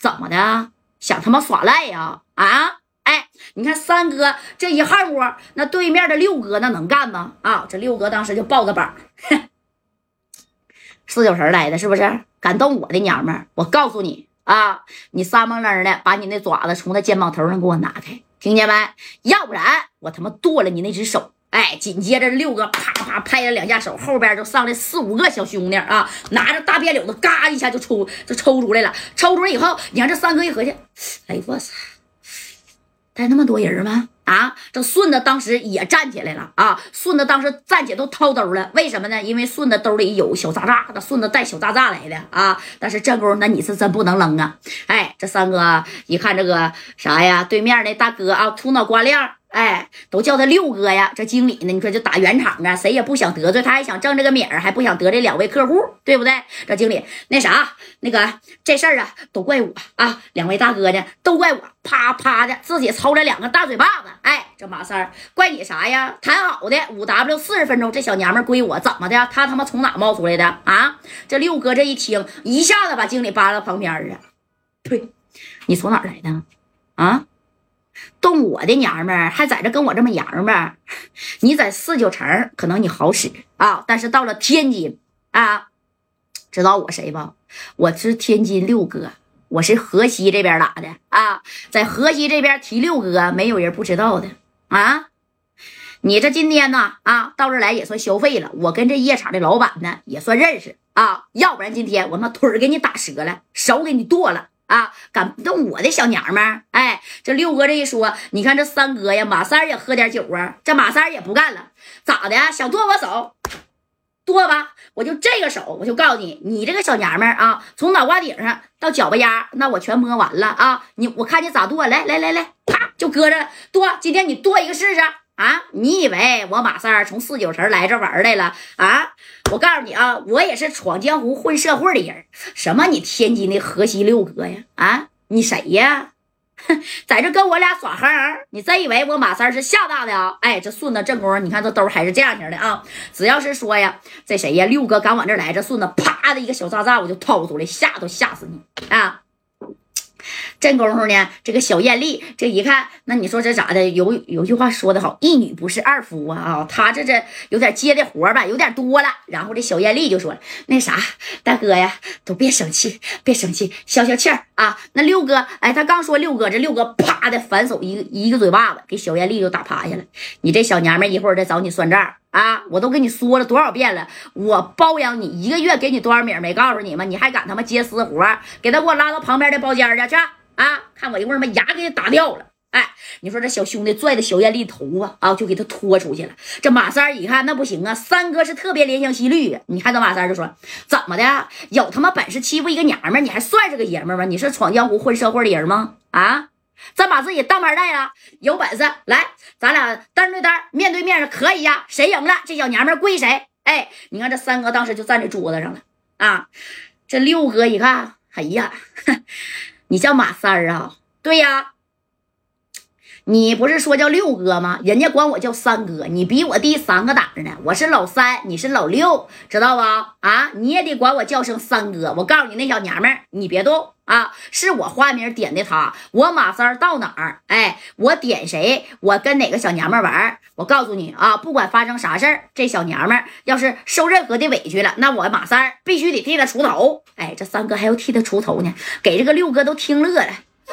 怎么的？想他妈耍赖呀？啊！哎，你看三哥这一号窝，那对面的六哥那能干吗？啊，这六哥当时就抱着膀，49神来的是不是？敢动我的娘们儿，我告诉你啊，你撒蒙楞的把你那爪子从他肩膀头上给我拿开，听见没？要不然我他妈剁了你那只手！哎，紧接着六哥啪啪拍了2下手，后边就上来4、5个小兄弟啊，拿着大鞭柳子，嘎一下就抽出来了。抽出来以后，你看这三哥一合计，哎呦我操，带那么多人吗？啊，这顺子当时也站起来了啊！顺子当时站起来都掏兜了，为什么呢？因为顺子兜里有小炸炸，那顺子带小炸炸来的啊！但是这功夫那你是真不能扔啊！哎，这三哥一看这个啥呀，对面那大哥啊，秃脑瓜亮。哎，都叫他六哥呀！这经理呢，你说就打圆场啊，谁也不想得罪他，还想挣这个米儿，还不想得罪2位客户，对不对？这经理那啥，这事儿啊，都怪我啊！2位大哥呢，都怪我，啪啪的自己抽了2个大嘴巴子。哎，这马三儿怪你啥呀？谈好的5W 40分钟，这小娘们归我，怎么的？他他妈从哪冒出来的啊？这六哥这一听，一下子把经理扒到旁边啊！呸！你从哪儿来的啊？动我的娘们儿，还在这跟我这么洋吧？你在49城可能你好使啊，但是到了天津啊，知道我谁吧？我是天津六哥，我是河西这边打的啊，在河西这边提六哥，没有人不知道的啊。你这今天呢啊，到这来也算消费了，我跟这夜场的老板呢也算认识啊，要不然今天我他妈腿给你打折了，手给你剁了。啊，敢动我的小娘们儿！哎，这六哥这一说，你看这三哥呀，马三也喝点酒啊，这马三也不干了，咋的？想剁我手？剁吧！我就这个手，我就告诉你，你这个小娘们儿啊，从脑瓜顶上到脚巴丫，那我全摸完了啊！我看你咋剁，来，啪就搁着剁，今天你剁一个试试啊！你以为我马三从49城来这玩来了啊？我告诉你啊，我也是闯江湖混社会的人。什么你天津的河西六哥呀？啊，你谁呀？在这跟我俩耍横？你真以为我马三是吓大的啊？哎，这顺子正宫，你看这兜还是这样型的啊。只要是说呀，这谁呀？六哥刚往这来，这顺子啪的一个小炸炸我就掏出来，吓死你啊！这功夫呢，这个小艳丽这一看，那你说这咋的？有句话说的好，一女不是二夫啊！他这有点接的活吧，有点多了。然后这小艳丽就说了：“那啥，大哥呀，都别生气，消气儿啊！”那六哥，哎，他刚说六哥，这六哥啪的反手一个嘴巴子给小艳丽就打趴下了。你这小娘们一会儿再找你算账啊！我都跟你说了多少遍了，我包养你1个月，给你多少米没告诉你吗？你还敢他妈接私活？给我拉到旁边的包间去啊！看我一会儿他妈牙给你打掉了！哎，你说这小兄弟拽着小艳丽头啊，就给他拖出去了。这马三一看那不行啊，三哥是特别怜香惜玉啊。你看这马三就说：“怎么的？有他妈本事欺负一个娘们儿，你还算是个爷们儿吗？你是闯江湖混社会的人吗？啊！真把自己当班带了，有本事来，咱俩单对单，面对面可以呀。谁赢了，这小娘们儿归谁？哎，你看这三哥当时就站在桌子上了啊。这六哥一看，哎呀，你叫马三儿啊？对呀，你不是说叫六哥吗？人家管我叫三哥，你比我低3个档呢。我是老3，你是老6，知道吧？啊，你也得管我叫声三哥。我告诉你，那小娘们儿，你别动啊！是我花名点的他，我马三到哪儿，哎，我点谁，我跟哪个小娘们儿玩。我告诉你啊，不管发生啥事儿，这小娘们儿要是受任何的委屈了，那我马三必须得替他出头。哎，这三哥还要替他出头呢，给这个六哥都听乐了。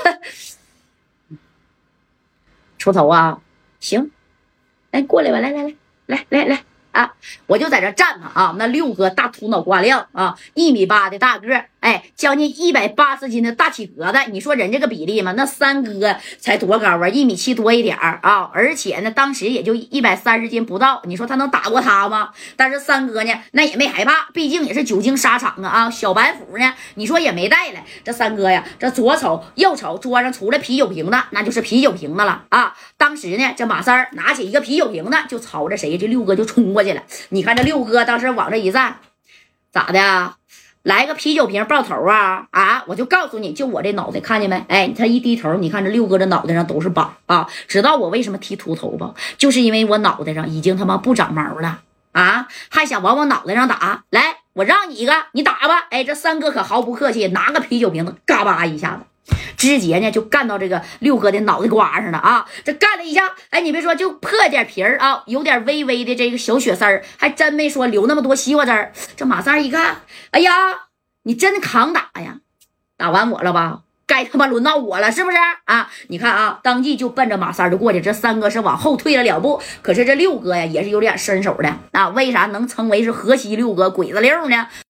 出头啊，行，来过来吧，来啊！我就在这站着啊，那六哥大秃脑瓜亮啊，1.8米的大个，哎，将近180斤的大体格子，你说人这个比例吗？那三哥才多高啊，1.7米多一点啊，而且呢，当时也就130斤不到，你说他能打过他吗？但是三哥呢，那也没害怕，毕竟也是久经沙场啊，小板斧呢，你说也没带来。这三哥呀，这左瞅右瞅，桌上除了啤酒瓶子，那就是啤酒瓶子了啊。当时呢，这马三拿起一个啤酒瓶子，就朝着谁这六哥就冲过去了。你看这六哥当时往这一站，咋的？来个啤酒瓶爆头啊！我就告诉你，就我这脑袋，看见没？哎，他一低头，你看这六哥这脑袋上都是疤啊！知道我为什么剃秃头吧？就是因为我脑袋上已经他妈不长毛了啊！还想往我脑袋上打？来，我让你一个，你打吧！哎，这三哥可毫不客气，拿个啤酒瓶子，嘎巴一下子。 直接呢就干到这个六哥的脑袋瓜上了啊！这干了一下，哎，你别说就破点皮儿啊，有点微微的这个小血丝儿，还真没说流那么多西瓜汁儿。这马三一看，哎呀，你真的扛打呀？打完我了吧？该他妈轮到我了，是不是啊？你看啊，当即就奔着马三就过去。这三哥是往后退了2步，可是这六哥呀也是有点身手的啊。为啥能称为是河西六哥鬼子六呢？